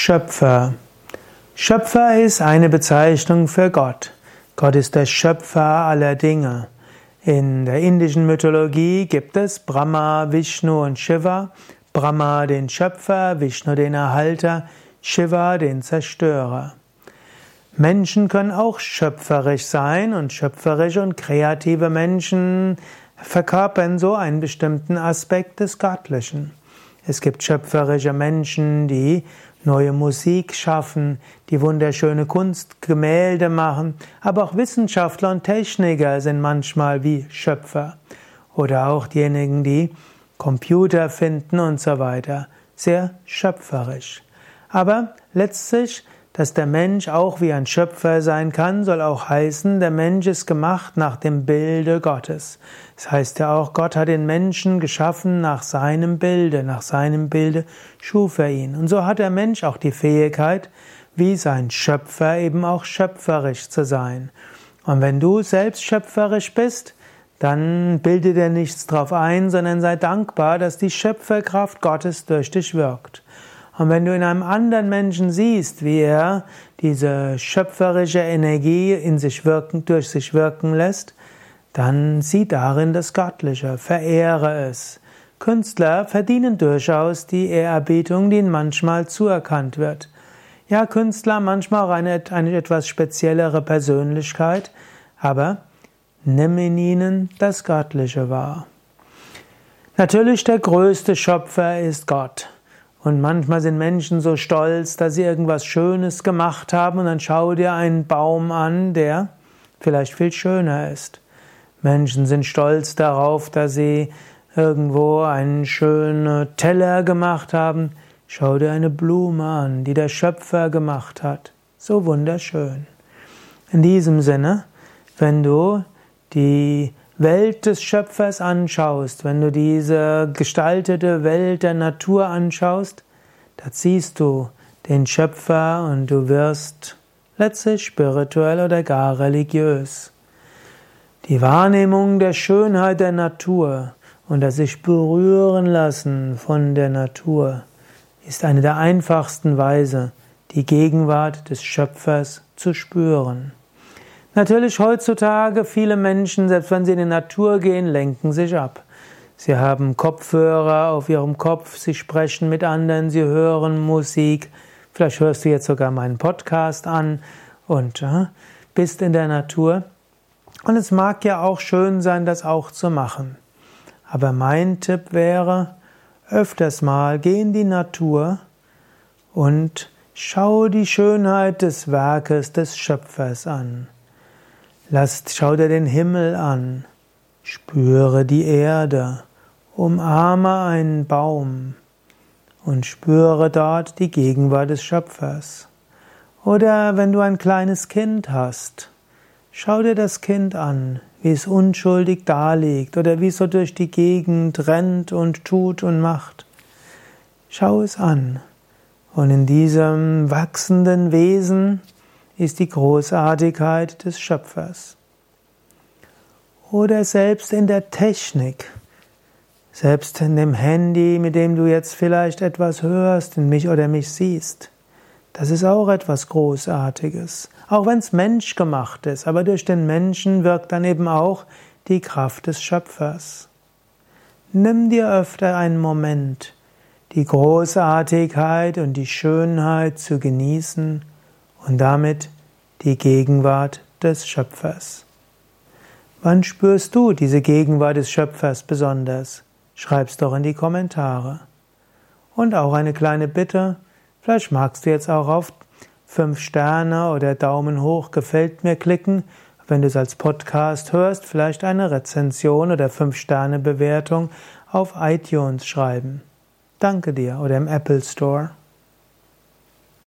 Schöpfer. Schöpfer ist eine Bezeichnung für Gott. Gott ist der Schöpfer aller Dinge. In der indischen Mythologie gibt es Brahma, Vishnu und Shiva. Brahma den Schöpfer, Vishnu den Erhalter, Shiva den Zerstörer. Menschen können auch schöpferisch sein und schöpferische und kreative Menschen verkörpern so einen bestimmten Aspekt des Göttlichen. Es gibt schöpferische Menschen, die neue Musik schaffen, die wunderschöne Kunstgemälde machen, aber auch Wissenschaftler und Techniker sind manchmal wie Schöpfer. Oder auch diejenigen, die Computer finden und so weiter. Sehr schöpferisch. Aber letztlich, dass der Mensch auch wie ein Schöpfer sein kann, soll auch heißen, der Mensch ist gemacht nach dem Bilde Gottes. Das heißt ja auch, Gott hat den Menschen geschaffen nach seinem Bilde schuf er ihn. Und so hat der Mensch auch die Fähigkeit, wie sein Schöpfer eben auch schöpferisch zu sein. Und wenn du selbst schöpferisch bist, dann bilde dir nichts drauf ein, sondern sei dankbar, dass die Schöpferkraft Gottes durch dich wirkt. Und wenn du in einem anderen Menschen siehst, wie er diese schöpferische Energie durch sich wirken lässt, dann sieh darin das Göttliche, verehre es. Künstler verdienen durchaus die Ehrerbietung, die ihnen manchmal zuerkannt wird. Ja, Künstler manchmal auch eine etwas speziellere Persönlichkeit, aber nimm in ihnen das Göttliche wahr. Natürlich der größte Schöpfer ist Gott. Und manchmal sind Menschen so stolz, dass sie irgendwas Schönes gemacht haben und dann schau dir einen Baum an, der vielleicht viel schöner ist. Menschen sind stolz darauf, dass sie irgendwo einen schönen Teller gemacht haben. Schau dir eine Blume an, die der Schöpfer gemacht hat. So wunderschön. In diesem Sinne, wenn du die Welt des Schöpfers anschaust, wenn du diese gestaltete Welt der Natur anschaust, da siehst du den Schöpfer und du wirst letztlich spirituell oder gar religiös. Die Wahrnehmung der Schönheit der Natur und das sich berühren lassen von der Natur ist eine der einfachsten Weise, die Gegenwart des Schöpfers zu spüren. Natürlich heutzutage viele Menschen, selbst wenn sie in die Natur gehen, lenken sich ab. Sie haben Kopfhörer auf ihrem Kopf, sie sprechen mit anderen, sie hören Musik. Vielleicht hörst du jetzt sogar meinen Podcast an und bist in der Natur. Und es mag ja auch schön sein, das auch zu machen. Aber mein Tipp wäre, öfters mal geh in die Natur und schau die Schönheit des Werkes des Schöpfers an. Schau dir den Himmel an, spüre die Erde, umarme einen Baum und spüre dort die Gegenwart des Schöpfers. Oder wenn du ein kleines Kind hast, schau dir das Kind an, wie es unschuldig daliegt oder wie es so durch die Gegend rennt und tut und macht. Schau es an. Und in diesem wachsenden Wesen ist die Großartigkeit des Schöpfers. Oder selbst in der Technik, selbst in dem Handy, mit dem du jetzt vielleicht etwas hörst, in mich oder mich siehst, das ist auch etwas Großartiges. Auch wenn es menschgemacht ist, aber durch den Menschen wirkt dann eben auch die Kraft des Schöpfers. Nimm dir öfter einen Moment, die Großartigkeit und die Schönheit zu genießen und damit die Gegenwart des Schöpfers. Wann spürst du diese Gegenwart des Schöpfers besonders? Schreib's doch in die Kommentare. Und auch eine kleine Bitte, vielleicht magst du jetzt auch auf 5 Sterne oder Daumen hoch gefällt mir klicken. Wenn du es als Podcast hörst, vielleicht eine Rezension oder 5-Sterne-Bewertung auf iTunes schreiben. Danke dir oder im Apple Store.